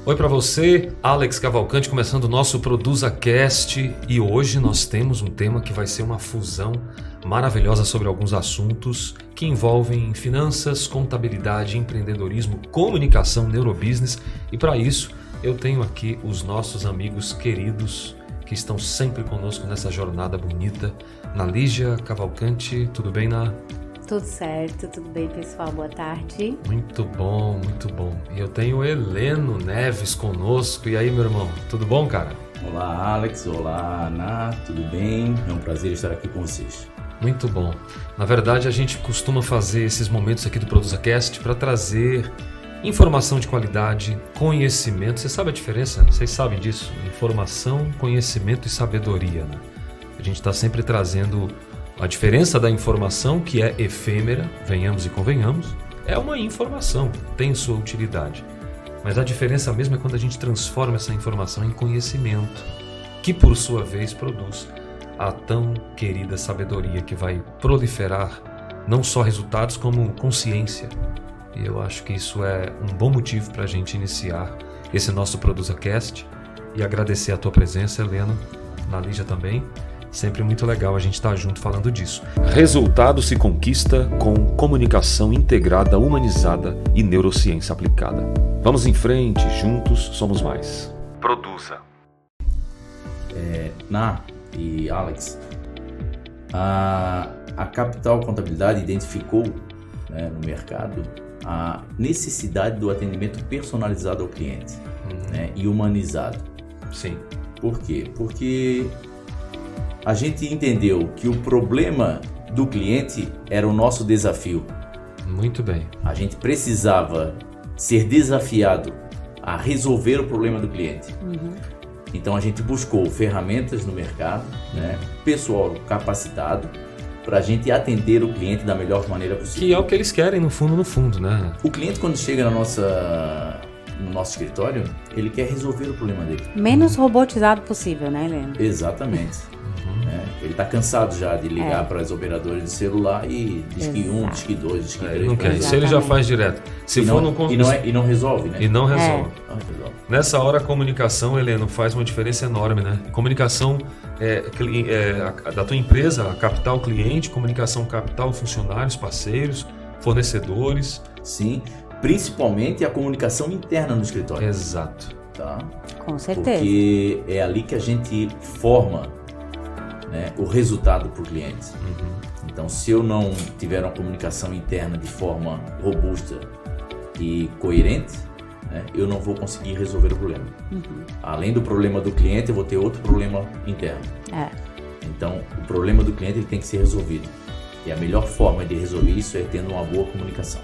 Oi para você, Alex Cavalcante, começando o nosso ProduzaCast, e hoje nós temos um tema que vai ser uma fusão maravilhosa sobre alguns assuntos que envolvem finanças, contabilidade, empreendedorismo, comunicação, neurobusiness, e para isso eu tenho aqui os nossos amigos queridos que estão sempre conosco nessa jornada bonita. Nalígia Cavalcante, tudo bem, Ná? Tudo certo, tudo bem, pessoal? Boa tarde. Muito bom, muito bom. E eu tenho o Heleno Neves conosco. E aí, meu irmão, tudo bom, cara? Olá, Alex. Olá, Ana. Tudo bem? É um prazer estar aqui com vocês. Muito bom. Na verdade, a gente costuma fazer esses momentos aqui do ProduzaCast para trazer informação de qualidade, conhecimento. Você sabe a diferença? Vocês sabem disso? Informação, conhecimento e sabedoria, né? A gente está sempre trazendo a diferença da informação, que é efêmera, venhamos e convenhamos, é uma informação, tem sua utilidade. Mas a diferença mesmo é quando a gente transforma essa informação em conhecimento, que por sua vez produz a tão querida sabedoria que vai proliferar não só resultados como consciência. E eu acho que isso é um bom motivo para a gente iniciar esse nosso ProduzaCast e agradecer a tua presença, Heleno, Nalígia também. Sempre muito legal a gente estar junto falando disso. Resultado se conquista com comunicação integrada, humanizada e neurociência aplicada. Vamos em frente, juntos somos mais. Produza. Ná e Alex, a Capital Contabilidade identificou, né, no mercado a necessidade do atendimento personalizado ao cliente, né, e humanizado. Sim. Por quê? Porque a gente entendeu que o problema do cliente era o nosso desafio. Muito bem. A gente precisava ser desafiado a resolver o problema do cliente. Então a gente buscou ferramentas no mercado, né, pessoal capacitado, para a gente atender o cliente da melhor maneira possível. Que é o que eles querem no fundo, né? O cliente, quando chega no nosso escritório, ele quer resolver o problema dele. Menos robotizado possível, né, Heleno? Exatamente. Ele está cansado já de ligar para as operadoras de celular e diz que um, diz que dois, diz que três. Não quer. Isso ele já faz direto. Se for no e não resolve, né? E não resolve. Não resolve. Nessa hora a comunicação, Heleno, faz uma diferença enorme, né? Comunicação da tua empresa, capital cliente, comunicação capital funcionários, parceiros, fornecedores. Sim, principalmente a comunicação interna no escritório. Exato. Tá? Com certeza. Porque é ali que a gente forma, né, o resultado para o cliente. Então, se eu não tiver uma comunicação interna de forma robusta e coerente, né, eu não vou conseguir resolver o problema. Além do problema do cliente, eu vou ter outro problema interno. Então, o problema do cliente ele tem que ser resolvido. E a melhor forma de resolver isso é tendo uma boa comunicação.